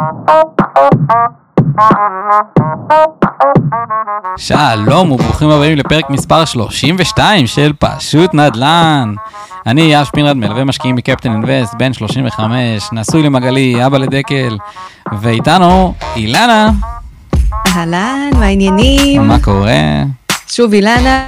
שלום וברוכים הבאים לפרק מספר 32 של פשוט נדל"ן. אני יאב שפינרד, מלווה משקיעים מקפטן אינבסט, בן 35, נשוי למגלי, אבא לדקל, ואיתנו אילנה. אהלן, מה העניינים? מה קורה? שוב אילנה.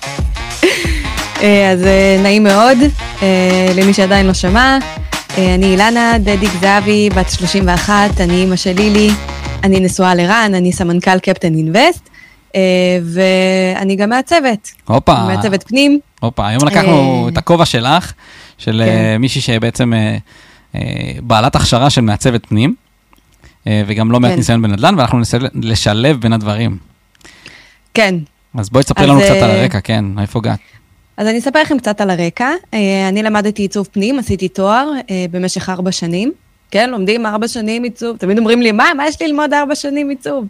אז נעים מאוד, למי שעדיין לא שמע. אני אילנה דדיק זהבי, בת 31, אני אמא של לילי, אני נשואה לרן, אני סמנכ"ל קפטן אינבסט, ואני גם מעצבת. הופה. מעצבת פנים. הופה, היום לקחנו את הכובע שלך, של מישהי שבעצם בעלת הכשרה של מעצבת פנים, וגם לא מעט ניסיון בנדל"ן, ואנחנו ננסה לשלב בין הדברים. כן. אז בואי תספרי לנו קצת על הרקע, כן, איפה געת? אז אני אספר לכם קצת על הרקע. אני למדתי עיצוב פנים, עשיתי תואר במשך 4 שנים. כן, לומדים 4 שנים עיצוב. תמיד אומרים לי, מה יש לי ללמוד 4 שנים עיצוב?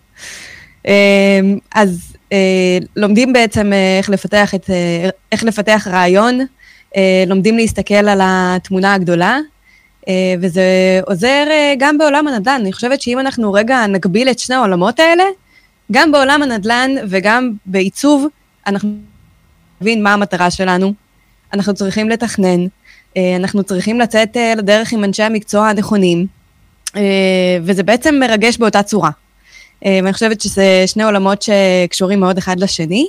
אז לומדים בעצם איך לפתח רעיון, לומדים להסתכל על התמונה הגדולה, וזה עוזר גם בעולם הנדל"ן. אני חושבת שאם אנחנו רגע נקביל את שני העולמות האלה, גם בעולם הנדל"ן וגם בעיצוב, אנחנו נבין מה המטרה שלנו, אנחנו צריכים לתכנן, אנחנו צריכים לצאת לדרך עם אנשי המקצוע הנכונים, וזה בעצם מרגש באותה צורה. ואני חושבת שזה שני עולמות שקשורים מאוד אחד לשני,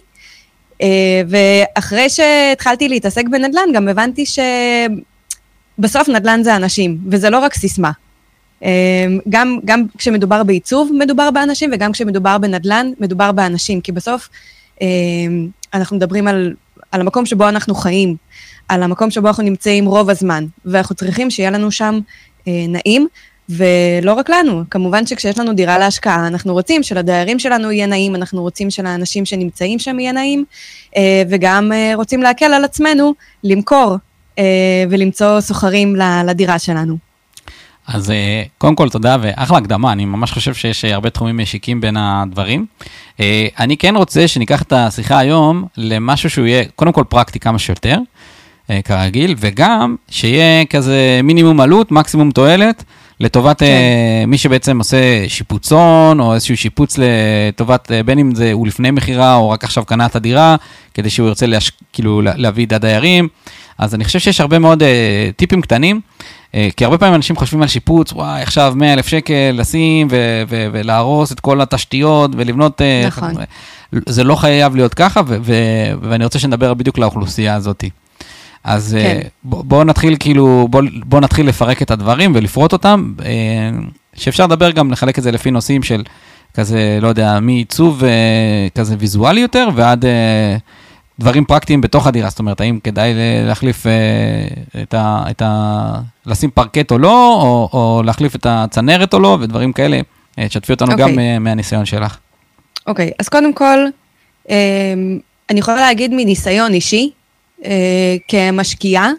ואחרי שהתחלתי להתעסק בנדל"ן, גם הבנתי שבסוף נדל"ן זה אנשים, וזה לא רק סיסמה. גם כשמדובר בעיצוב מדובר באנשים, וגם כשמדובר בנדל"ן מדובר באנשים, כי בסוף אנחנו מדברים על המקום שבו אנחנו חיים, על המקום שבו אנחנו נמצאים רוב הזמן, ואנחנו צריכים שיהיה לנו שם נעים, ולא רק לנו, כמובן שכשיש לנו דירה להשקעה, אנחנו רוצים שלדיירים שלנו יהיה נעים, אנחנו רוצים שלאנשים שנמצאים שם יהיה נעים, וגם רוצים להקל על עצמנו, למכור ולמצוא סוחרים לדירה שלנו. אז קודם כל תודה ואחלה הקדמה, אני ממש חושב שיש הרבה תחומים משיקים בין הדברים. אני כן רוצה שניקח את השיחה היום למשהו שהוא יהיה קודם כל פרקטי כמה שיותר, כרגיל, וגם שיהיה כזה מינימום עלות, מקסימום תועלת, לטובת מי שבעצם עושה שיפוצון, או איזשהו שיפוץ לטובת, בין אם זה הוא לפני מחירה, או רק עכשיו קנה את הדירה, כדי שהוא ירצה כאילו להביא את הדיירים. אז אני חושב שיש הרבה מאוד טיפים קטנים, כי הרבה פעמים אנשים חושבים על שיפוץ, וואי, עכשיו 100,000 שקל לשים ולהרוס את כל התשתיות ולבנות, נכון. זה לא חייב להיות ככה, ואני רוצה שנדבר בדיוק לאוכלוסייה הזאת. אז בואו נתחיל לפרק את הדברים ולפרוט אותם, שאפשר לדבר גם לחלק את זה לפי נושאים של כזה, לא יודע, מעיצוב כזה ויזואלי יותר, דברים פרקטיים בתוך הדירה, זאת אומרת, האם כדאי להחליף לשים פרקט או לא, או להחליף את הצנרת או לא, ודברים כאלה, תשתפי אותנו גם מהניסיון שלך. אוקיי, אז קודם כל, אני יכולה להגיד מניסיון אישי, כמשקיעה,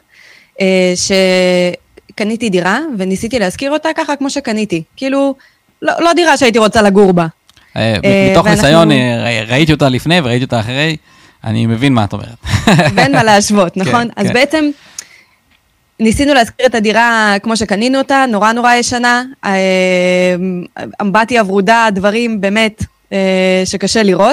שקניתי דירה, וניסיתי להזכיר אותה ככה כמו שקניתי, כאילו, לא דירה שהייתי רוצה לגור בה. מתוך ניסיון, ראיתי אותה לפני וראיתי אותה אחרי, אני מבין מה את אומרת. ואין מה להשוות, נכון? אז בעצם ניסינו להזכיר את הדירה כמו שקנינו אותה, נורא ישנה, אמבטיה ורודה, דברים באמת שקשה לראות,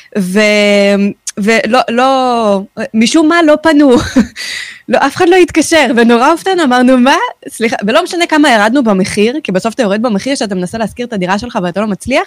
ולא, משום מה לא פנו, אף אחד לא התקשר, ונורא הופתענו, אמרנו מה? סליחה, ולא משנה כמה ירדנו במחיר, כי בסוף אתה יורד במחיר שאתה מנסה להזכיר את הדירה שלך ואתה לא מצליח,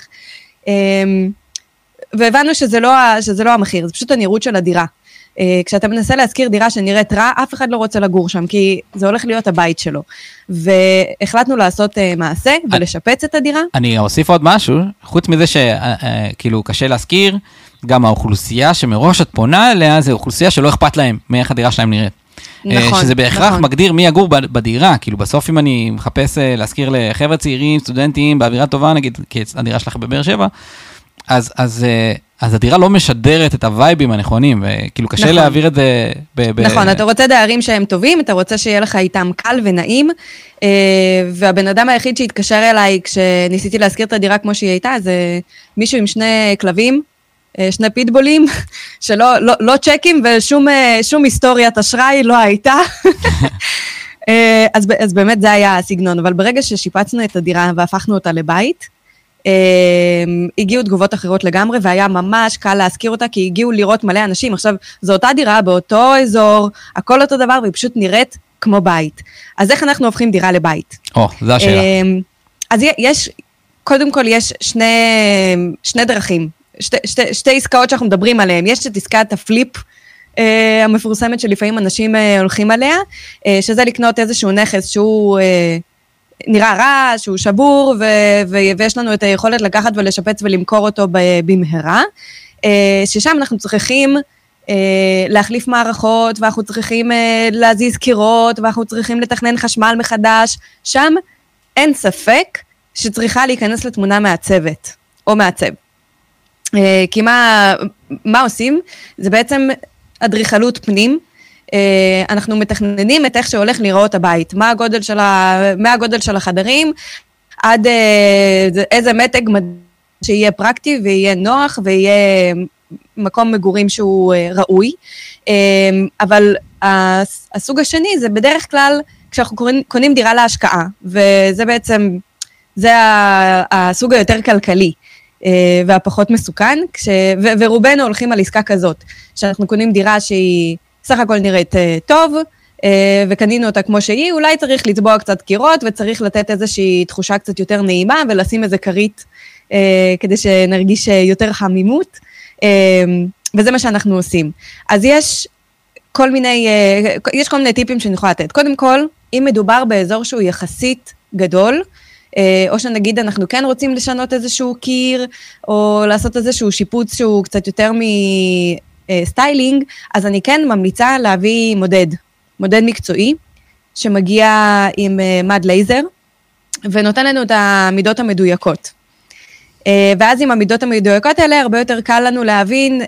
והבנו שזה לא המחיר, זה פשוט הנראות של הדירה. כשאתה מנסה להזכיר דירה שנראית רע, אף אחד לא רוצה לגור שם, כי זה הולך להיות הבית שלו. והחלטנו לעשות מעשה ולשפץ את הדירה. אני אוסיף עוד משהו, חוץ מזה שכאילו קשה להזכיר, גם האוכלוסייה שמראש את פונה אליה, זה אוכלוסייה שלא אכפת להם מאיך הדירה שלהם נראית. נכון, שזה בהכרח מגדיר מי יגור בדירה, כאילו בסוף אם אני מחפש להזכיר לחבר'ה צעירים, סטודנטים, באווירה טובה, נגיד, כי הדירה שלך בבאר שבע, אז הדירה לא משדרת את הווייבים הנכונים, וכאילו קשה להעביר את זה נכון, אתה רוצה דיירים שהם טובים, אתה רוצה שיהיה לך איתם קל ונעים, והבן אדם היחיד שהתקשר אליי כשניסיתי להזכיר את הדירה כמו שהיא הייתה, זה מישהו עם 2 כלבים, 2 פיטבולים, שלא צ'קים ושום היסטוריית אשראי לא הייתה. אז באמת זה היה הסגנון, אבל ברגע ששיפצנו את הדירה והפכנו אותה לבית, הגיעו תגובות אחרות לגמרי, והיה ממש קל להזכיר אותה, כי הגיעו לראות מלא אנשים. עכשיו, זו אותה דירה באותו אזור, הכל אותו דבר, והיא פשוט נראית כמו בית. אז איך אנחנו הופכים דירה לבית? זה השאלה. אז קודם כל יש שני דרכים, שתי עסקאות שאנחנו מדברים עליהן. יש את עסקת הפליפ, המפורסמת שלפעמים אנשים הולכים עליה, שזה לקנות איזשהו נכס שהוא נראה רע, שהוא שבור, ויש לנו את היכולת לקחת ולשפץ ולמכור אותו במהרה, ששם אנחנו צריכים להחליף מערכות, ואנחנו צריכים להזיז קירות, ואנחנו צריכים לתכנן חשמל מחדש. שם אין ספק שצריכה להיכנס לתמונה מעצבת, או מעצב. כי מה עושים? זה בעצם אדריכלות פנים. אנחנו מתכננים את איך שהולך לראות הבית, מה הגודל של החדרים, עד איזה מתג שיהיה פרקטי ויהיה נוח ויהיה מקום מגורים שהוא ראוי. אבל הסוג השני זה בדרך כלל כשאנחנו קונים דירה להשקעה, וזה בעצם, זה הסוג היותר כלכלי והפחות מסוכן, ורובנו הולכים על עסקה כזאת, שאנחנו קונים דירה שהיא סך הכל נראית טוב, וקנינו אותה כמו שהיא, אולי צריך לצבוע קצת קירות, וצריך לתת איזושהי תחושה קצת יותר נעימה, ולשים איזה כרית, כדי שנרגיש יותר חמימות, וזה מה שאנחנו עושים. אז יש כל מיני טיפים שאני יכולה לתת. קודם כל, אם מדובר באזור שהוא יחסית גדול, או שנגיד אנחנו כן רוצים לשנות איזשהו קיר, או לעשות איזשהו שיפוץ שהוא קצת יותר סטיילינג, אז אני כן ממליצה להביא מודד מקצועי, שמגיע עם מד לייזר, ונותן לנו את המידות המדויקות. ואז עם המידות המדויקות האלה, הרבה יותר קל לנו להבין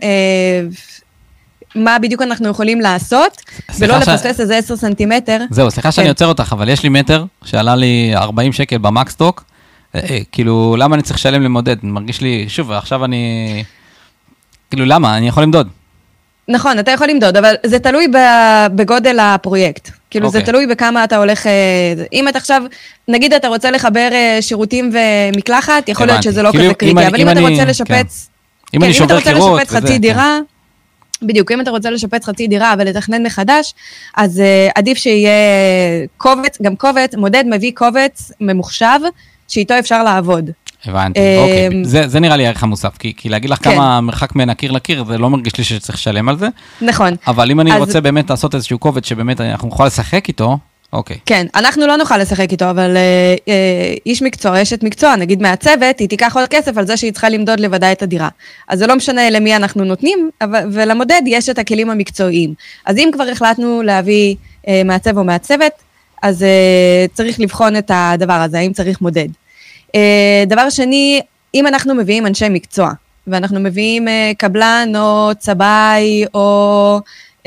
מה בדיוק אנחנו יכולים לעשות, ולא לפספס איזה 10 סנטימטר. זהו, סליחה שאני יוצר אותך, אבל יש לי מטר, שעלה לי 40 שקל במקסטוק, כאילו, למה אני צריך לשלם למודד? מרגיש לי, שוב, עכשיו אני, כאילו, למה? אני יכול למדוד. נכון, אתה יכול למדוד, אבל זה תלוי בגודל הפרויקט. כאילו, זה תלוי בכמה אתה הולך, אם אתה עכשיו, נגיד אתה רוצה לחבר שירותים ומקלחת, יכול להיות שזה לא כזה קריטי, אבל אם אתה רוצה לשפץ, אם אתה רוצה לשפץ חצי דירה, בדיוק, אם אתה רוצה לשפץ חצי דירה ולתכנן מחדש, אז עדיף שיהיה קובץ, גם קובץ, מודד מביא קובץ ממוחשב, שאיתו אפשר לעבוד. הבנתי, אוקיי. זה נראה לי הערך המוסף, כי להגיד לך כמה מרחק בין הקיר לקיר, זה לא מרגיש לי שצריך לשלם על זה. נכון. אבל אם אני רוצה באמת לעשות איזשהו קובץ, שבאמת אנחנו נוכל לשחק איתו, אוקיי. כן, אנחנו לא נוכל לשחק איתו, אבל איש מקצוע, אשת מקצוע, נגיד מהצוות, היא תיקח עוד כסף על זה שהיא צריכה למדוד לבדה את הדירה. אז זה לא משנה למי אנחנו נותנים, ולמודד יש את הכלים המקצועיים. אז אם כבר החלטנו להביא מעצב או מהצוות, אז צריך לבחון את הדבר הזה, האם צריך מודד. דבר שני, אם אנחנו מביאים אנשי מקצוע, ואנחנו מביאים קבלן או צבאי, או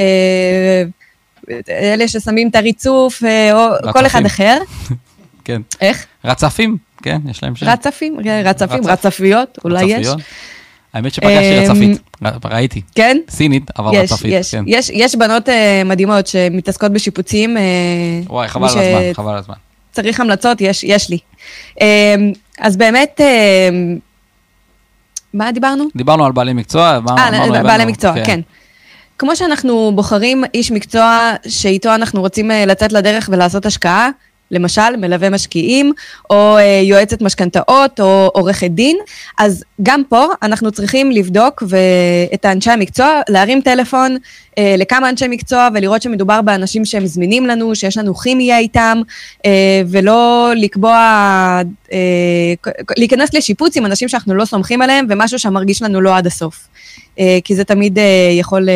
אלה ששמים את הריצוף, או כל אחד אחר. כן. איך? רצפים, כן, יש להם שם. רצפיות, אולי יש. האמת שפגשתי רצפית, ראיתי. כן? סינית, אבל רצפית, כן. יש בנות מדהימות שמתעסקות בשיפוצים. וואי, חבל על הזמן, חבל על הזמן. צריך המלצות, יש לי. אז באמת, מה דיברנו? דיברנו על בעלי מקצוע. בעלי מקצוע, כן. כמו שאנחנו בוחרים איש מקצוע שאיתו אנחנו רוצים לצאת לדרך ולעשות השקעה, למשל מלווה משקיעים, או יועצת משכנתאות, או עורכת דין, אז גם פה אנחנו צריכים לבדוק את האנשי המקצוע, להרים טלפון לכמה אנשי מקצוע, ולראות שמדובר באנשים שהם זמינים לנו, שיש לנו כימיה איתם, ולא להיכנס לשיפוץ עם אנשים שאנחנו לא סומכים עליהם, ומשהו שמרגיש לנו לא עד הסוף. כי זה תמיד יכול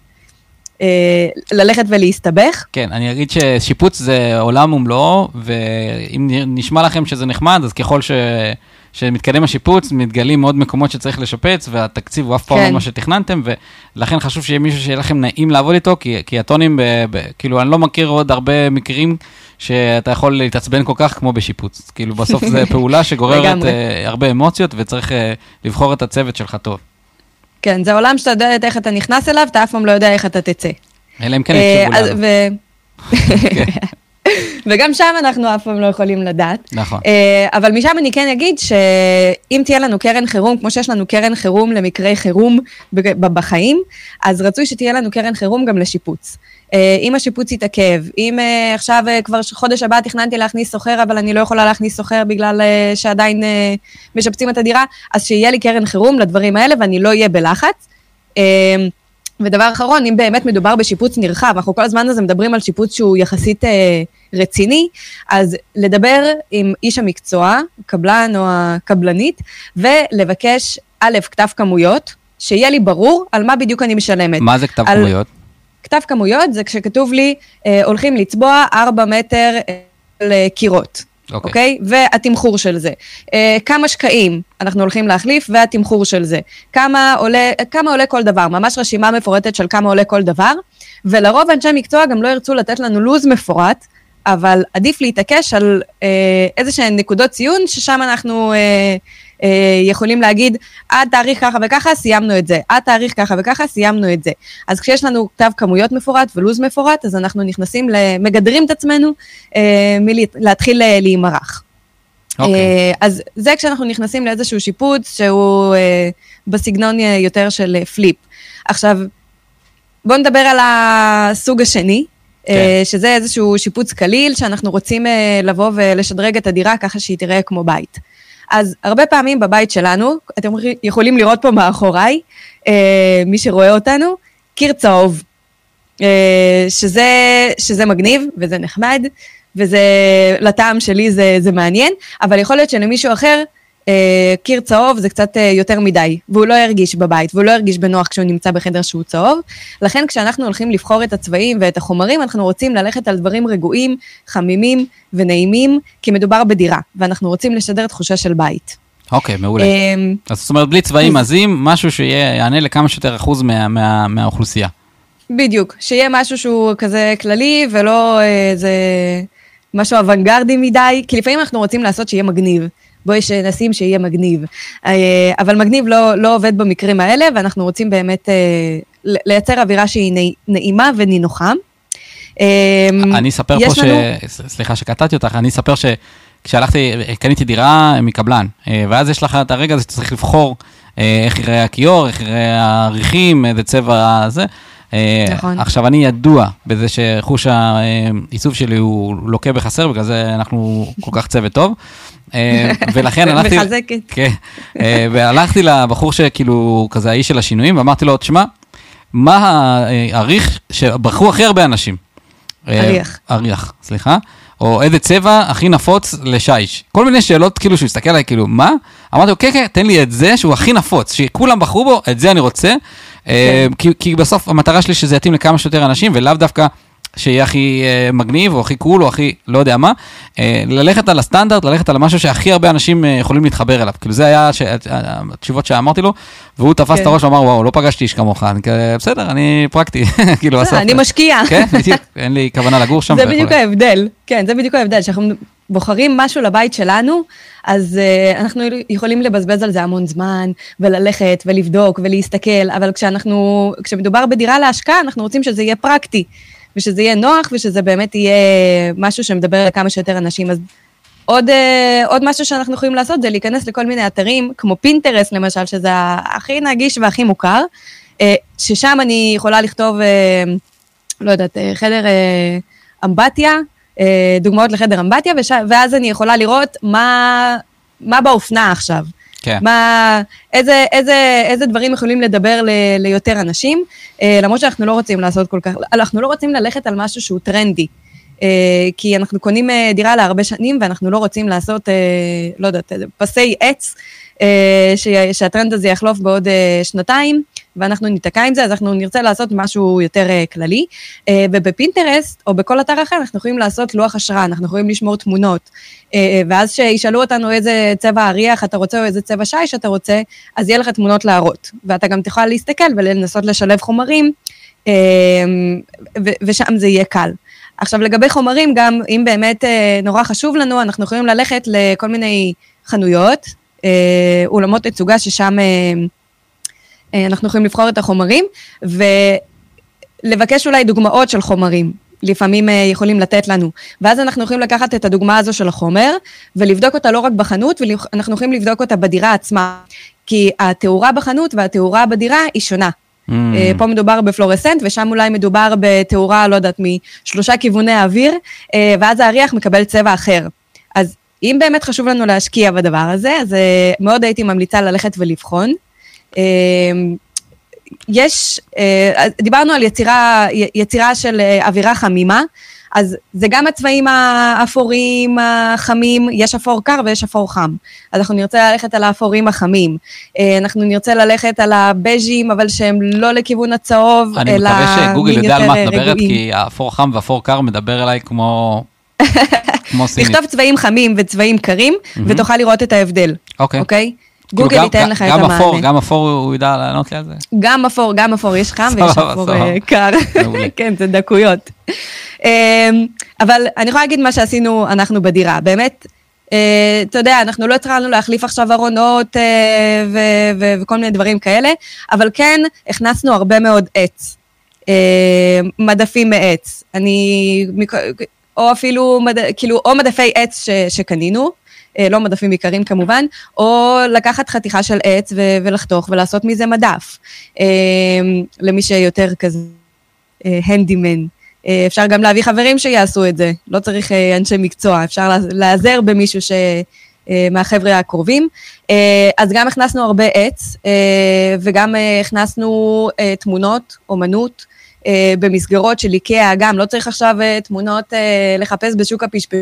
ללכת ולהסתבך. כן, אני אגיד ששיפוץ זה עולם ומלואו, ואם נשמע לכם שזה נחמד, אז ככל שמתקדם השיפוץ, מתגלים עוד מקומות שצריך לשפץ, והתקציב הוא אף פעם לא מה שתכננתם, ולכן חשוב שיהיה מישהו שיהיה לכם נעים לעבוד איתו, כי הטונים, כאילו אני לא מכיר עוד הרבה מקרים, שאתה יכול להתעצבן כל כך כמו בשיפוץ. כאילו בסוף זה פעולה שגוררת הרבה אמוציות, וצריך לבחור את הצוות שלך טוב. כן, זה עולם שאתה יודע איך אתה נכנס אליו, אתה אף פעם לא יודע איך אתה תצא. אלא אם כן יקשיבו לנו. וגם שם אנחנו אף פעם לא יכולים לדעת. נכון. אבל משם אני כן אגיד שאם תהיה לנו קרן חירום, כמו שיש לנו קרן חירום למקרי חירום בחיים, אז רצוי שתהיה לנו קרן חירום גם לשיפוץ. אם השיפוץ יתעכב, אם עכשיו כבר חודש הבא תכננתי להכניס סוחר, אבל אני לא יכולה להכניס סוחר בגלל שעדיין משפצים את הדירה, אז שיהיה לי קרן חירום לדברים האלה ואני לא אהיה בלחץ. ודבר אחרון, אם באמת מדובר בשיפוץ נרחב, אנחנו כל הזמן הזה מדברים על שיפוץ שהוא יחסית רציני, אז לדבר עם איש המקצוע, קבלן או הקבלנית, ולבקש א', כתב כמויות, שיהיה לי ברור על מה בדיוק אני משלמת. מה זה כתב כמויות? כתב כמויות זה כשכתוב לי, הולכים לצבוע 4 מטר לקירות. אוקיי? והתמחור של זה. כמה שקעים אנחנו הולכים להחליף, והתמחור של זה. כמה עולה כל דבר, ממש רשימה מפורטת של כמה עולה כל דבר, ולרוב אנשי מקצוע גם לא ירצו לתת לנו לוז מפורט, אבל עדיף להתעקש על איזה שהן נקודות ציון, ששם אנחנו יכולים להגיד, עד תאריך ככה וככה, סיימנו את זה. עד תאריך ככה וככה, סיימנו את זה. אז כשיש לנו כתב כמויות מפורט ולוז מפורט, אז אנחנו נכנסים, מגדרים את עצמנו, להתחיל להימרח. אז זה כשאנחנו נכנסים לאיזשהו שיפוץ, שהוא בסגנון יותר של פליפ. עכשיו, בואו נדבר על הסוג השני, שזה איזשהו שיפוץ קליל, שאנחנו רוצים לבוא ולשדרג את הדירה ככה שהיא תראה כמו בית. אז הרבה פעמים בבית שלנו, אתם יכולים לראות פה מאחוריי, מי שרואה אותנו, קיר צהוב, שזה מגניב וזה נחמד, וזה לטעם שלי זה מעניין, אבל יכול להיות שלמישהו אחר, קיר צהוב זה קצת יותר מדי, והוא לא ירגיש בבית, והוא לא ירגיש בנוח כשהוא נמצא בחדר שהוא צהוב, לכן כשאנחנו הולכים לבחור את הצבעים ואת החומרים, אנחנו רוצים ללכת על דברים רגועים, חמימים ונעימים, כי מדובר בדירה, ואנחנו רוצים לשדר תחושה של בית. אוקיי, מעולה. אז זאת אומרת, בלי צבעים עזים, משהו שיענה לכמה שיותר אחוז מהאוכלוסייה. בדיוק, שיהיה משהו שהוא כזה כללי, ולא איזה משהו אוונגרדי מדי, כי לפעמים אנחנו רוצים לעשות שיהיה מגניב. בואי שנשים שיהיה מגניב. אבל מגניב לא עובד במקרים האלה, ואנחנו רוצים באמת לייצר אווירה שהיא נעימה ונינוחה. אני אספר פה סליחה שקטעתי אותך, אני אספר שכשהלכתי, קניתי דירה מקבלן, ואז יש לך את הרגע הזה שצריך לבחור איך יראה הכיור, איך יראה העריכים, איזה צבע זה. נכון. עכשיו אני ידוע בזה שחוש העיצוב שלי הוא לוקה בחסר, בגלל זה אנחנו כל כך צוות טוב. ולכן הלכתי, כן, והלכתי לבחור שכאילו כזה האיש של השינויים, ואמרתי לו, תשמע, מה העריך שבחרו הכי הרבה אנשים? עריך, סליחה. או איזה צבע הכי נפוץ לשיש. כל מיני שאלות כאילו שהוא הסתכל עליי, כאילו, מה? אמרתי לו, כן, תן לי את זה שהוא הכי נפוץ, שכולם בחרו בו, את זה אני רוצה, כי בסוף המטרה שלי שזה יתאים לכמה שיותר אנשים, ולאו דווקא שיהיה הכי מגניב, או הכי קול, או הכי לא יודע מה, ללכת על הסטנדרט, ללכת על משהו שהכי הרבה אנשים יכולים להתחבר אליו. כאילו זה היה התשובות שאמרתי לו, והוא תפס את הראש ואמר, וואו, לא פגשתי איש כמוך, בסדר, אני פרקטי. אני משקיע. כן, בדיוק, אין לי כוונה לגור שם. זה בדיוק ההבדל, כן, זה בדיוק ההבדל, שאנחנו בוחרים משהו לבית שלנו, אז אנחנו יכולים לבזבז על זה המון זמן, וללכת ולבדוק ולהסתכל, אבל כשמדובר בדירה להשקעה, אנחנו רוצים שזה יהיה פרקטי. ושזה יהיה נוח, ושזה באמת יהיה משהו שמדבר על כמה שיותר אנשים. אז עוד משהו שאנחנו יכולים לעשות, זה להיכנס לכל מיני אתרים, כמו פינטרסט למשל, שזה הכי נגיש והכי מוכר, ששם אני יכולה לכתוב, לא יודעת, חדר אמבטיה, דוגמאות לחדר אמבטיה, ואז אני יכולה לראות מה באופנה עכשיו. כן. איזה דברים יכולים לדבר ליותר אנשים, למרות שאנחנו לא רוצים לעשות כל כך, אנחנו לא רוצים ללכת על משהו שהוא טרנדי, כי אנחנו קונים דירה להרבה שנים, ואנחנו לא רוצים לעשות, לא יודעת, פסי עץ, שהטרנד הזה יחלוף בעוד שנתיים, ואנחנו ניתקע עם זה, אז אנחנו נרצה לעשות משהו יותר כללי, ובפינטרסט, או בכל אתר אחר, אנחנו יכולים לעשות לוח השראה, אנחנו יכולים לשמור תמונות, ואז שישאלו אותנו איזה צבע הריח אתה רוצה, או איזה צבע שיש אתה רוצה, אז יהיה לך תמונות להראות, ואתה גם תוכל להסתכל ולנסות לשלב חומרים, ושם זה יהיה קל. עכשיו לגבי חומרים, גם אם באמת נורא חשוב לנו, אנחנו יכולים ללכת לכל מיני חנויות, אולמות תצוגה ששם אנחנו יכולים לבחור את החומרים, ולבקש אולי דוגמאות של חומרים. לפעמים יכולים לתת לנו. ואז אנחנו יכולים לקחת את הדוגמה הזו של החומר, ולבדוק אותה לא רק בחנות, ואנחנו יכולים לבדוק אותה בדירה עצמה. כי התאורה בחנות והתאורה בדירה היא שונה. פה מדובר בפלורסנט, ושם אולי מדובר בתאורה, לא יודעת, משלושה כיווני האוויר, ואז האריח מקבל צבע אחר. אז אם באמת חשוב לנו להשקיע בדבר הזה, אז מאוד הייתי ממליצה ללכת ולבחון. דיברנו על יצירה של אווירה חמימה, אז זה גם הצבעים האפורים, החמים, יש אפור קר ויש אפור חם. אז אנחנו נרצה ללכת על האפורים החמים. אנחנו נרצה ללכת על הבז'ים, אבל שהם לא לכיוון הצהוב, אלא אני מקווה שגוגל יודע על מה את מדברת, כי האפור חם ואפור קר מדבר אליי כמו סינית. לכתוב צבעים חמים וצבעים קרים, ותוכל לראות את ההבדל. אוקיי? גוגל ייתן לך את המענה. גם אפור הוא ידע לענות לי על זה? גם אפור, יש חם ויש אפור קר. כן, זה דקויות. אבל אני יכולה להגיד מה שעשינו אנחנו בדירה. באמת, אתה יודע, אנחנו לא התחלנו להחליף עכשיו ארונות וכל מיני דברים כאלה, אבל כן הכנסנו הרבה מאוד עץ. מדפים מעץ. או אפילו, כאילו, או מדפי עץ שקנינו, לא מדפים עיקרים כמובן, או לקחת חתיכה של עץ ולחתוך ולעשות מזה מדף. למי שיותר כזה הנדימן. אפשר גם להביא חברים שיעשו את זה, לא צריך אנשי מקצוע, אפשר לעזר במישהו מהחבר'ה הקרובים. אז גם הכנסנו הרבה עץ, וגם הכנסנו תמונות, אומנות, במסגרות של איקאה, גם לא צריך עכשיו תמונות לחפש בשוק הפשפשים,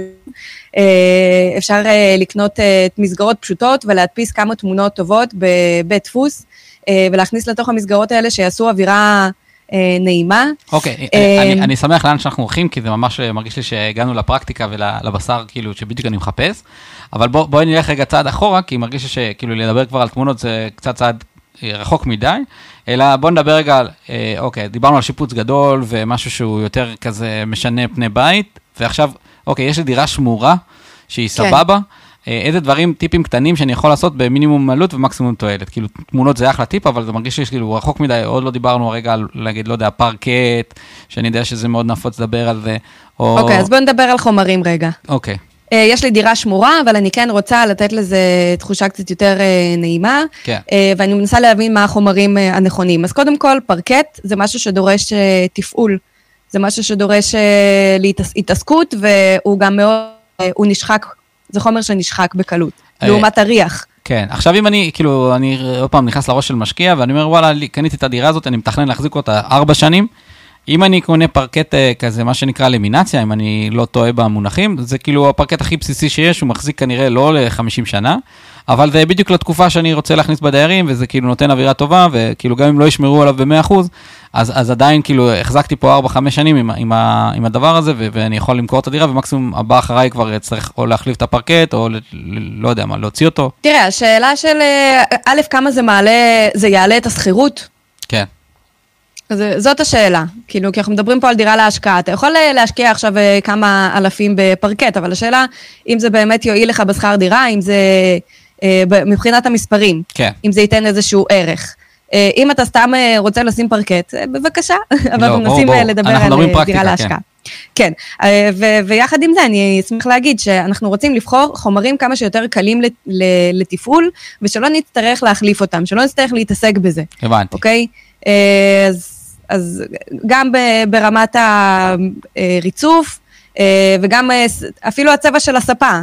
אפשר לקנות מסגרות פשוטות ולהדפיס כמה תמונות טובות בבית דפוס, ולהכניס לתוך המסגרות האלה שיעשו אווירה נעימה. אוקיי, אני שמח לאן שאנחנו הולכים, כי זה ממש מרגיש לי שהגענו לפרקטיקה ולבשר כאילו שבדיוק אני מחפש, אבל בואי נלך רגע צעד אחורה, כי מרגיש לי שכאילו לדבר כבר על תמונות זה קצת צעד רחוק מדי, אלא בוא נדבר רגע על, אוקיי, דיברנו על שיפוץ גדול ומשהו שהוא יותר כזה משנה פני בית, ועכשיו, אוקיי, יש לי דירה שמורה שהיא סבבה, איזה דברים, טיפים קטנים שאני יכול לעשות במינימום עלות ומקסימום תועלת, כאילו תמונות זה אחלה טיפ, אבל זה מרגיש לי כאילו רחוק מדי, עוד לא דיברנו רגע על, להגיד, לא יודע, פרקט, שאני יודע שזה מאוד נפוץ לדבר על זה, או... אוקיי, אז בוא נדבר על חומרים רגע. אוקיי. יש לי דירה שמורה, אבל אני כן רוצה לתת לזה תחושה קצת יותר נעימה, כן. ואני מנסה להבין מה החומרים הנכונים. אז קודם כל, פרקט זה משהו שדורש תפעול, זה משהו שדורש התעסקות, והוא גם מאוד, הוא נשחק, זה חומר שנשחק בקלות, לעומת הריח. כן, עכשיו אם אני, כאילו, אני עוד פעם נכנס לראש של משקיע, ואני אומר, וואלה, קניתי את הדירה הזאת, אני מתכנן להחזיק אותה 4 שנים, אם אני קונה פרקט כזה, מה שנקרא למינציה, אם אני לא טועה במונחים, זה כאילו הפרקט הכי בסיסי שיש, הוא מחזיק כנראה לא ל-50 שנה, אבל זה בדיוק לתקופה שאני רוצה להכניס בדיירים, וזה כאילו נותן אווירה טובה, וכאילו גם אם לא ישמרו עליו ב-100%, אז עדיין כאילו החזקתי פה 4-5 שנים עם הדבר הזה, ואני יכול למכור את הדירה, ומקסימום הבא אחריי כבר צריך או להחליף את הפרקט, או לא יודע מה, להוציא אותו. תראה, השאלה של א', כמה זה יעלה את הסחירות? כן. זאת השאלה, כאילו, כי אנחנו מדברים פה על דירה להשקעה, אתה יכול להשקיע עכשיו כמה אלפים בפרקט, אבל השאלה, אם זה באמת יועיל לך בשכר דירה, אם זה מבחינת המספרים, כן. אם זה ייתן איזשהו ערך. אם אתה סתם רוצה לשים פרקט, בבקשה, אבל מנסים לדבר על דירה להשקעה. כן, ויחד עם זה אני אשמח להגיד שאנחנו רוצים לבחור חומרים כמה שיותר קלים לתפעול, ושלא נצטרך להחליף אותם, שלא נצטרך להתעסק בזה. הבנתי. אוקיי? אז גם ברמת הריצוף, וגם אפילו הצבע של הספה.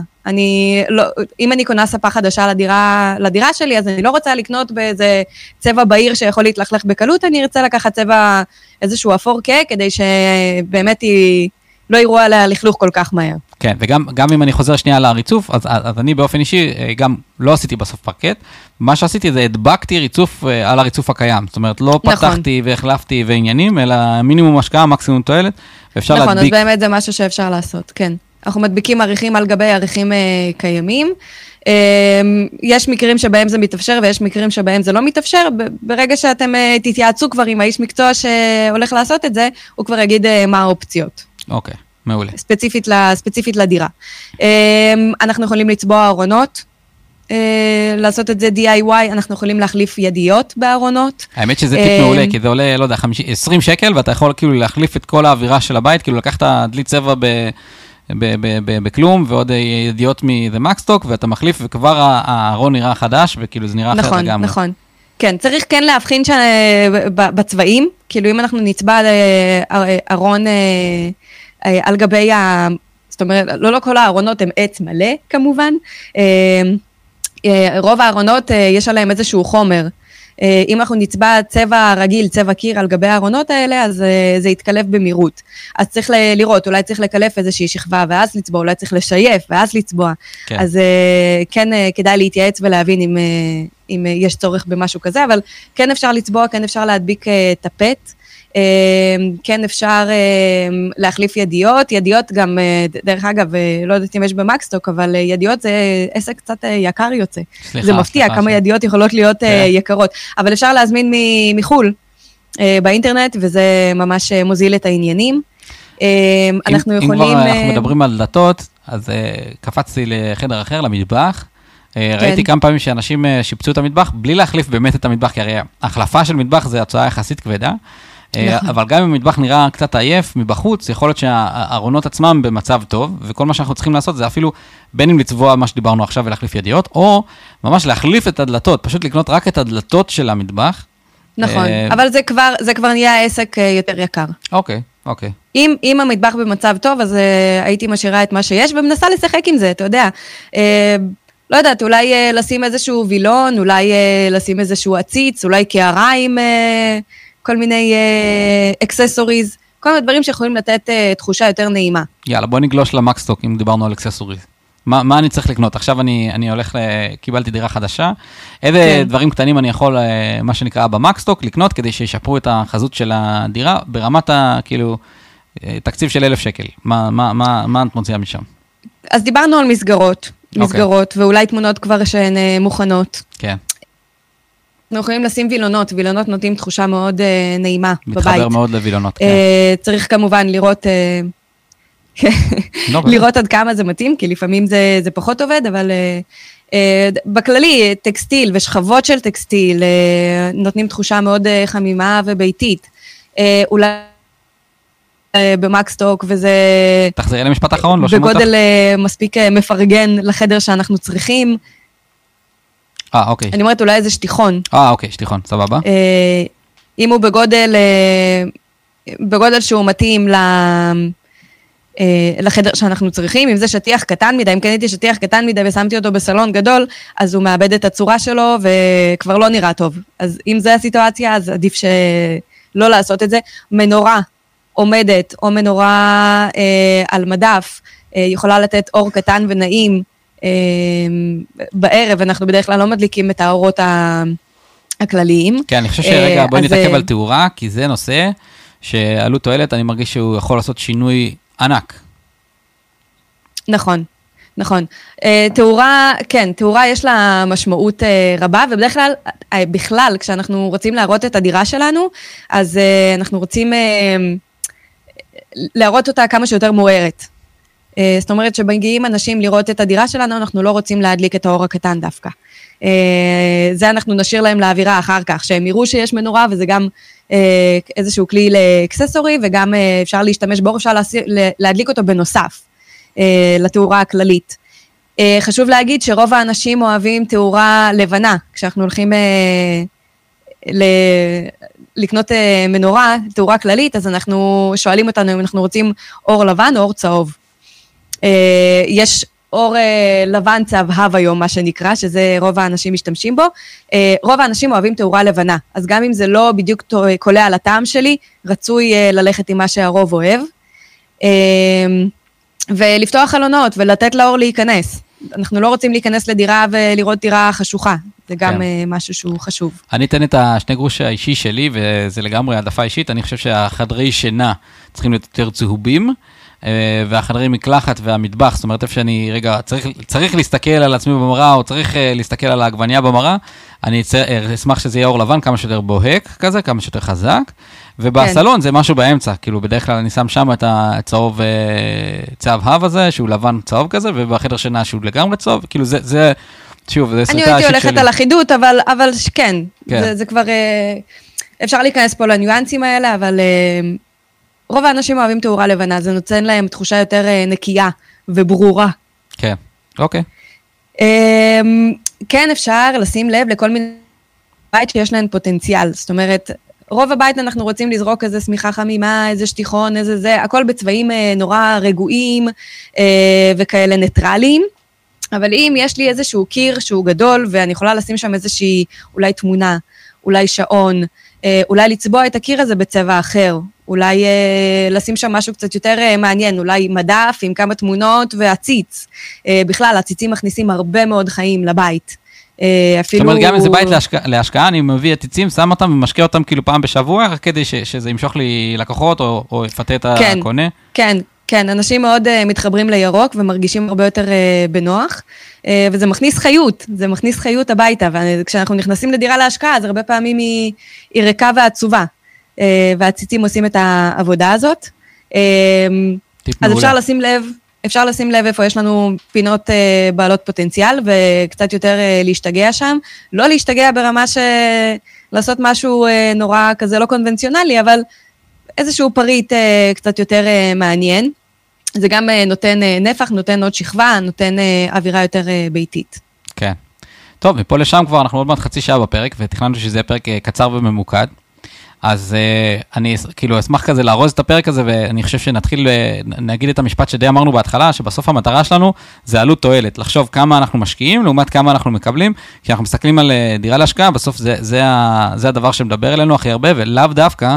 אם אני קונה ספה חדשה לדירה שלי, אז אני לא רוצה לקנות באיזה צבע בהיר שיכול להתלכלך בקלות, אני ארצה לקחת צבע איזשהו אפור כדי שבאמת לא יראו עליה לכלוך כל כך מהר. כן, וגם אם אני חוזר שנייה לריצוף, אז אני באופן אישי גם לא עשיתי בסוף פרקט, מה שעשיתי זה הדבקתי ריצוף על הריצוף הקיים, זאת אומרת לא פתחתי והחלפתי ועניינים, אלא מינימום השקעה, מקסימום תועלת, ואפשר להדביק. נכון, אז באמת זה משהו שאפשר לעשות, כן. אנחנו מדביקים עריכים על גבי עריכים קיימים, יש מקרים שבהם זה מתאפשר ויש מקרים שבהם זה לא מתאפשר, ברגע שאתם תתייעצו כבר עם האיש מקצוע שהולך לעשות את זה, הוא כבר יגיד מה האופציות. אוקיי. מעולה. ספציפית לדירה. אנחנו יכולים לצבוע ארונות, לעשות את זה DIY, אנחנו יכולים להחליף ידיות בארונות. האמת שזה טיפ מעולה, כי זה עולה, לא יודע, 20 שקל, ואתה יכול כאילו להחליף את כל האווירה של הבית, כאילו לקחת דלי צבע בכלום, ועוד ידיות מ-The Maxstock, ואתה מחליף, וכבר הארון נראה חדש, וכאילו זה נראה אחרת לגמרי. נכון. כן, צריך כן להבחין בצבעים, כאילו אם אנחנו נצבע ארון על גבי זאת אומרת, לא כל הארונות הם עץ מלא, כמובן. רוב הארונות יש עליהם איזשהו חומר. אם אנחנו נצבע צבע רגיל, צבע קיר על גבי הארונות האלה, אז זה יתקלף במהירות. אז צריך לראות, אולי צריך לקלף איזושהי שכבה, ואז לצבוע, אולי צריך לשייף, ואז לצבוע. כן. אז כן כדאי להתייעץ ולהבין אם יש צורך במשהו כזה, אבל כן אפשר לצבוע, כן אפשר להדביק טפט, כן אפשר להחליף ידיות, ידיות גם, דרך אגב, לא יודעת אם יש במקסטוק, אבל ידיות זה עסק קצת יקר יוצא. זה מפתיע כמה ידיות יכולות להיות יקרות, אבל אפשר להזמין מחול באינטרנט, וזה ממש מוזיל את העניינים. אנחנו יכולים... אם כבר אנחנו מדברים על דלתות, אז קפצתי לחדר אחר, למטבח, ראיתי כמה פעמים שאנשים שיפצו את המטבח, בלי להחליף באמת את המטבח, כי הרי ההחלפה של מטבח זה הצעה יחסית כבדה, אבל גם אם המטבח נראה קצת עייף מבחוץ, יכול להיות שהארונות עצמם במצב טוב, וכל מה שאנחנו צריכים לעשות זה אפילו בין אם לצבוע מה שדיברנו עכשיו ולהחליף ידיות, או ממש להחליף את הדלתות, פשוט לקנות רק את הדלתות של המטבח. נכון, אבל זה כבר נהיה עסק יותר יקר. אוקיי. אם המטבח במצב טוב, אז הייתי משאירה את מה שיש, ומנסה לשחק עם זה, אתה יודע. לא יודעת, אולי לשים איזשהו וילון, אולי לשים איזשהו עציץ, אולי קערה עם כל מיני אקססוריז, כל מיני דברים שיכולים לתת תחושה יותר נעימה. יאללה, בוא נגלוש למקסטוק, אם דיברנו על אקססוריז. מה אני צריך לקנות? עכשיו אני הולך, קיבלתי דירה חדשה. איזה דברים קטנים אני יכול, מה שנקרא במקסטוק, לקנות כדי שישפרו את החזות של הדירה, ברמת כאילו, תקציב של 1,000 שקל. מה את מוציאה משם? אז דיברנו על מסגרות, ואולי תמונות כבר שהן מוכנות. כן. אנחנו יכולים לשים וילונות, וילונות נותנים תחושה מאוד נעימה בבית. מתחבר מאוד לוילונות, כן. צריך כמובן לראות עד כמה זה מתאים, כי לפעמים זה פחות עובד, אבל בכללי, טקסטיל ושכבות של טקסטיל נותנים תחושה מאוד חמימה וביתית. אולי במקסטוק, וזה... תחזרי למשפט האחרון, לא שמעת? בגודל מספיק מפרגן לחדר שאנחנו צריכים. אוקיי. אני אומרת אולי איזה שטיחון. אוקיי, שטיחון, סבבה. אם הוא בגודל שהוא מתאים לחדר שאנחנו צריכים, אם זה שטיח קטן מדי, אם כן הייתי שטיח קטן מדי ושמתי אותו בסלון גדול, אז הוא מאבד את הצורה שלו וכבר לא נראה טוב. אז אם זה הסיטואציה, אז עדיף שלא לעשות את זה. מנורה עומדת או מנורה על מדף, יכולה לתת אור קטן ונעים, בערב אנחנו בדרך כלל לא מדליקים את האורות הכלליים. כן, אני חושב שרגע בואי נתעכב על תאורה, כי זה נושא שעלו תועלת, אני מרגיש שהוא יכול לעשות שינוי ענק. נכון. תאורה, כן, תאורה יש לה משמעות רבה, ובדרך כלל, בכלל, כשאנחנו רוצים להראות את הדירה שלנו, אז אנחנו רוצים להראות אותה כמה שיותר מוארת. זאת אומרת שמגיעים אנשים לראות את הדירה שלנו, אנחנו לא רוצים להדליק את האור הקטן דווקא. זה אנחנו נשאיר להם לאווירה אחר כך, שהם יראו שיש מנורה, וזה גם איזשהו כלי לאקססורי, וגם אפשר להשתמש בו, אפשר להדליק אותו בנוסף לתאורה הכללית. חשוב להגיד שרוב האנשים אוהבים תאורה לבנה, כשאנחנו הולכים לקנות מנורה, תאורה כללית, אז אנחנו שואלים אותנו אם אנחנו רוצים אור לבן או אור צהוב. יש אור לבן צהבהב היום, מה שנקרא, שזה רוב האנשים משתמשים בו. רוב האנשים אוהבים תאורה לבנה, אז גם אם זה לא בדיוק קולע על הטעם שלי, רצוי ללכת עם מה שהרוב אוהב. ולפתוח חלונות ולתת לאור להיכנס. אנחנו לא רוצים להיכנס לדירה ולראות דירה חשוכה. זה גם משהו שהוא חשוב. אני אתן את השני גרוש האישי שלי, וזה לגמרי העדפה אישית. אני חושב שהחדרי שינה צריכים להיות יותר צהובים, והחדרי מקלחת והמטבח, זאת אומרת, איפה שאני רגע צריך להסתכל על עצמי במראה, או צריך להסתכל על העגבניה במראה, אני אשמח שזה יהיה אור לבן כמה שיותר בוהק כזה, כמה שיותר חזק, ובסלון זה משהו באמצע, כאילו בדרך כלל אני שם שם את הצהוב צהבהב הזה, שהוא לבן צהוב כזה, ובחדר שינה שהוא לגמרי צהוב, כאילו זה שוב, זה אני סרטה הייתי אישית הולכת שלי. על אחידות, אבל כן, כן. זה כבר, אפשר להיכנס פה לניואנסים האלה, אבל רוב האנשים אוהבים תאורה לבנה, זה נותן להם תחושה יותר נקייה וברורה. כן, אוקיי. כן, אפשר לשים לב לכל מיני בית שיש להן פוטנציאל, זאת אומרת, רוב הבית אנחנו רוצים לזרוק איזה שמיכה חמימה, איזה שטיחון, איזה זה, הכל בצבעים נורא רגועים וכאלה ניטרליים, אבל אם יש לי איזשהו קיר שהוא גדול, ואני יכולה לשים שם איזושהי אולי תמונה, אולי שעון, אולי לצבוע את הקיר הזה בצבע אחר, אולי לשים שם משהו קצת יותר מעניין, אולי מדף עם כמה תמונות ועציץ. בכלל, הציצים מכניסים הרבה מאוד חיים לבית. אפילו... זאת אומרת, גם אם זה בית להשקעה, אני מביא עציצים, שם אותם ומשקע אותם כאילו פעם בשבוע, רק כדי שזה ימשוך לי לקוחות או יפתה את הקונה. כן, כן, אנשים מאוד מתחברים לירוק ומרגישים הרבה יותר בנוח, וזה מכניס חיות, זה מכניס חיות הביתה, וכשאנחנו נכנסים לדירה להשקעה, אז הרבה פעמים היא ריקה ועצובה, והציצים עושים את העבודה הזאת. אז אפשר לשים לב איפה יש לנו פינות בעלות פוטנציאל, וקצת יותר להשתגע שם. לא להשתגע ברמה לעשות משהו נורא כזה לא קונבנציונלי, אבל איזשהו פריט קצת יותר מעניין. זה גם נותן נפח, נותן עוד שכבה, נותן אווירה יותר ביתית. כן. טוב, מפה לשם כבר אנחנו עוד מעט חצי שעה בפרק, ותכננו שזה יהיה פרק קצר וממוקד. אז אני כאילו אשמח כזה לארוז את הפרק הזה, ואני חושב שנתחיל, נגיד את המשפט שדי אמרנו בהתחלה, שבסוף המטרה שלנו זה עלות תועלת, לחשוב כמה אנחנו משקיעים, לעומת כמה אנחנו מקבלים, כי אנחנו מסתכלים על דירה להשקעה, בסוף זה הדבר שמדבר אלינו הכי הרבה, ולאו דווקא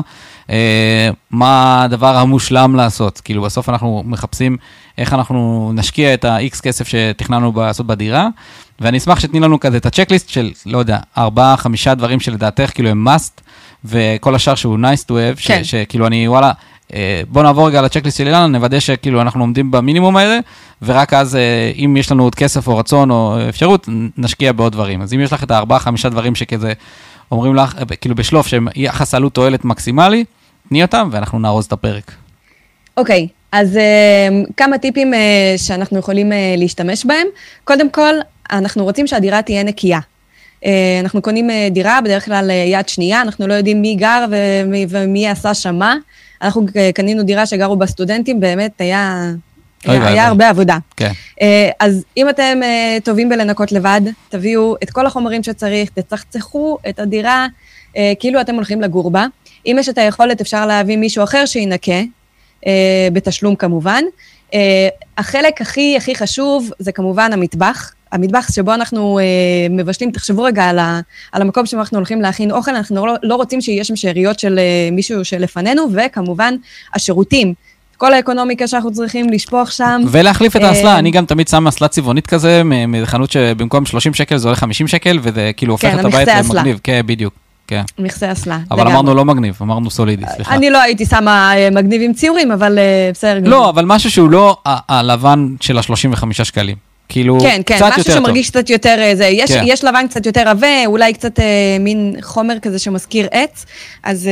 מה הדבר המושלם לעשות, כאילו בסוף אנחנו מחפשים איך אנחנו נשקיע את ה-X כסף שתכננו לעשות בדירה, ואני אשמח שתני לנו כזה את הצ'קליסט של, לא יודע, 4-5 דברים שלדעתך כאילו הם must, וכל השאר שהוא nice to have, כן. שכאילו אני, וואלה, בוא נעבור רגע לצ'קליסט של אילנה, נוודא שכאילו אנחנו עומדים במינימום האלה, ורק אז אם יש לנו עוד כסף או רצון או אפשרות, נשקיע בעוד דברים. אז אם יש לך את 4-5 דברים שכזה אומרים לך, כאילו בשלוף, שהם יחס עלות תועלת מקסימלי, תני אותם ואנחנו נארוז את הפרק. אוקיי, אז כמה טיפים שאנחנו יכולים להשתמש בהם. קודם כל, אנחנו רוצים שהדירה תהיה נקייה. אנחנו קונים דירה, בדרך כלל יד שנייה, אנחנו לא יודעים מי גר ומי עשה שמה. אנחנו קנינו דירה שגרו בסטודנטים, באמת היה הרבה עבודה. כן. אז אם אתם טובים בלנקות לבד, תביאו את כל החומרים שצריך, תצחצחו את הדירה, כאילו אתם הולכים לגור בה. אם יש את היכולת, אפשר להביא מישהו אחר שינקה, בתשלום כמובן. החלק הכי חשוב זה כמובן המטבח. המטבח שבו אנחנו מבשלים, תחשבו רגע על המקום שבו אנחנו הולכים להכין אוכל, אנחנו לא רוצים שיהיה שם שאריות של מישהו שלפנינו, וכמובן השירותים, כל האקונומיקה שאנחנו צריכים לשפוך שם. ולהחליף את האסלה, אני גם תמיד שם אסלה צבעונית כזה, מחנות שבמקום 30 שקל זה עולה 50 שקל, וזה כאילו הופך את הבית למגניב. כן, בדיוק. כן. מכסה אסלה. אבל אמרנו לא מגניב, אמרנו סולידי, סליחה. אני לא הייתי שמה מגניב עם ציורים, אבל בסדר. לא, אבל משהו שהוא לא הלבן של ה-35 שקלים. כאילו, כן, כן, משהו שמרגיש קצת יותר, יש לבן קצת יותר עבה, אולי קצת מין חומר כזה שמזכיר עץ, אז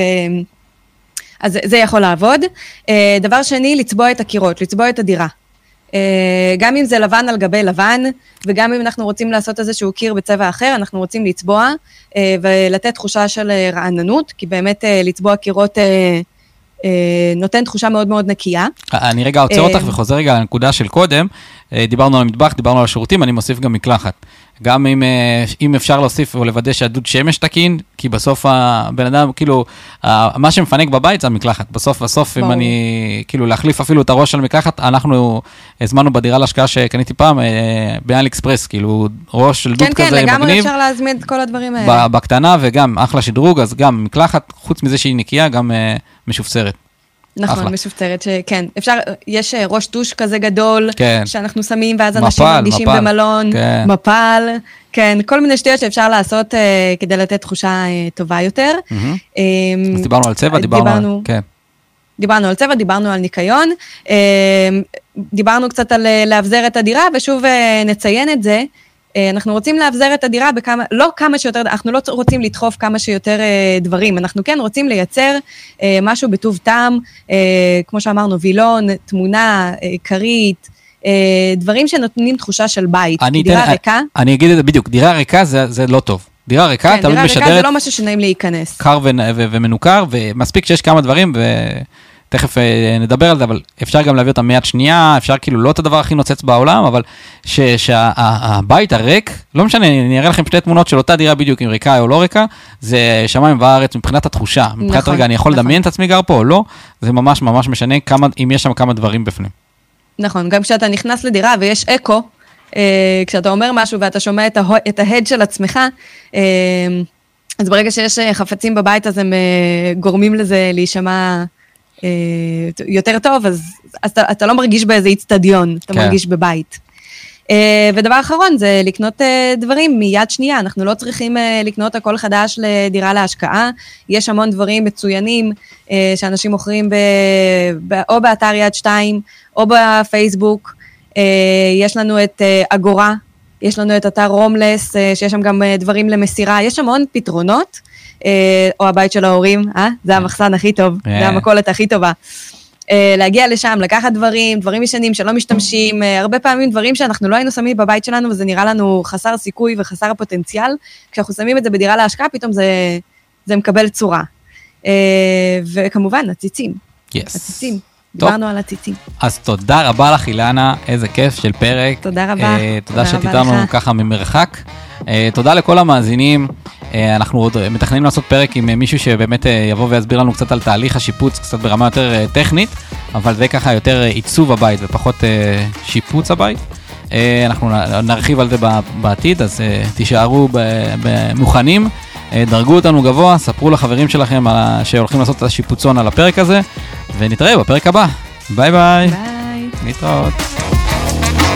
זה יכול לעבוד. דבר שני, לצבוע את הקירות, לצבוע את הדירה. גם אם זה לבן על גבי לבן, וגם אם אנחנו רוצים לעשות איזשהו קיר בצבע אחר, אנחנו רוצים לצבוע ולתת תחושה של רעננות, כי באמת לצבוע קירות נותן תחושה מאוד מאוד נקייה. אני רגע עוצר אותך וחוזר רגע לנקודה של קודם, דיברנו על המטבח, דיברנו על השירותים, אני מוסיף גם מקלחת. גם אם אפשר להוסיף או לוודא שהדוד שמש תקין, כי בסוף הבן אדם, כאילו, מה שמפנק בבית זה המקלחת. בסוף, אם אני, כאילו, להחליף אפילו את הראש של מקלחת, אנחנו הזמנו בדירה להשקעה שקניתי פעם, באל אקספרס, כאילו, ראש של דוד כזה מגניב. כן, לגמרי אפשר להזמין את כל הדברים האלה. בקטנה, וגם אחלה שדרוג, אז גם מקלחת, חוץ מזה שהיא נקייה, גם משופצרת. נכון, משופצרת, שכן, אפשר, יש ראש טוש כזה גדול, כן. שאנחנו שמים, ואז אנשים מרגישים במלון, כן. מפל, כן, כל מיני שטויות שאפשר לעשות כדי לתת תחושה טובה יותר. אז דיברנו על צבע, דיברנו על צבע, דיברנו על ניקיון, דיברנו קצת על להבזר את הדירה, ושוב נציין את זה, אנחנו רוצים להבזר את הדירה לא כמה שיותר, אנחנו לא רוצים לדחוף כמה שיותר דברים, אנחנו כן רוצים לייצר משהו בטוב טעם, כמו שאמרנו, וילון, תמונה, קרית, דברים שנותנים תחושה של בית. דירה ריקה. אני אגיד את זה בדיוק, דירה ריקה זה לא טוב. דירה ריקה, תמיד משדרת... כן, דירה ריקה זה לא משהו שנעים להיכנס. קר ומנוכר, ומספיק שיש כמה דברים, ותכף נדבר על זה, אבל אפשר גם להביא אותם מיד שנייה, אפשר כאילו לא את הדבר הכי נוצץ בעולם, אבל שהבית הריק, לא משנה, אני אראה לכם שתי תמונות של אותה דירה בדיוק, אם ריקה או לא ריקה, זה שמיים וארץ מבחינת התחושה, מבחינת רגע, אני יכול לדמיין את עצמי גר פה או לא, זה ממש ממש משנה אם יש שם כמה דברים בפנים. נכון, גם כשאתה נכנס לדירה ויש אקו, כשאתה אומר משהו ואתה שומע את ההד של עצמך, אז ברגע שיש חפצים בבית, אז הם גורמים לזה להישמע יותר טוב, אז אתה לא מרגיש באיזה אצטדיון, אתה מרגיש בבית. ודבר אחרון זה לקנות דברים מיד שנייה, אנחנו לא צריכים לקנות הכל חדש לדירה להשקעה, יש המון דברים מצוינים שאנשים מוכרים או באתר יד 2 או בפייסבוק, יש לנו את אגורה, יש לנו את אתר רומלס, שיש שם גם דברים למסירה, יש המון פתרונות, או הבית של ההורים, זה המחסן הכי טוב, זה המכולת הכי טובה. להגיע לשם, לקחת דברים ישנים שלא משתמשים, הרבה פעמים דברים שאנחנו לא היינו שמים בבית שלנו, וזה נראה לנו חסר סיכוי וחסר פוטנציאל, כשאנחנו שמים את זה בדירה להשקעה, פתאום זה מקבל צורה. וכמובן, הציצים. הציצים. דיברנו על הציצים. אז תודה רבה לך, אילנה, איזה כיף של פרק. תודה רבה. תודה שתיתנו ככה ממרחק. תודה לכל המאזינים. אנחנו עוד מתכננים לעשות פרק עם מישהו שבאמת יבוא ויסביר לנו קצת על תהליך השיפוץ, קצת ברמה יותר טכנית, אבל זה ככה יותר עיצוב הבית ופחות שיפוץ הבית. אנחנו נרחיב על זה בעתיד, אז תישארו מוכנים, דרגו אותנו גבוה, ספרו לחברים שלכם שהולכים לעשות את השיפוצון על הפרק הזה, ונתראה בפרק הבא. ביי ביי. ביי. להתראות.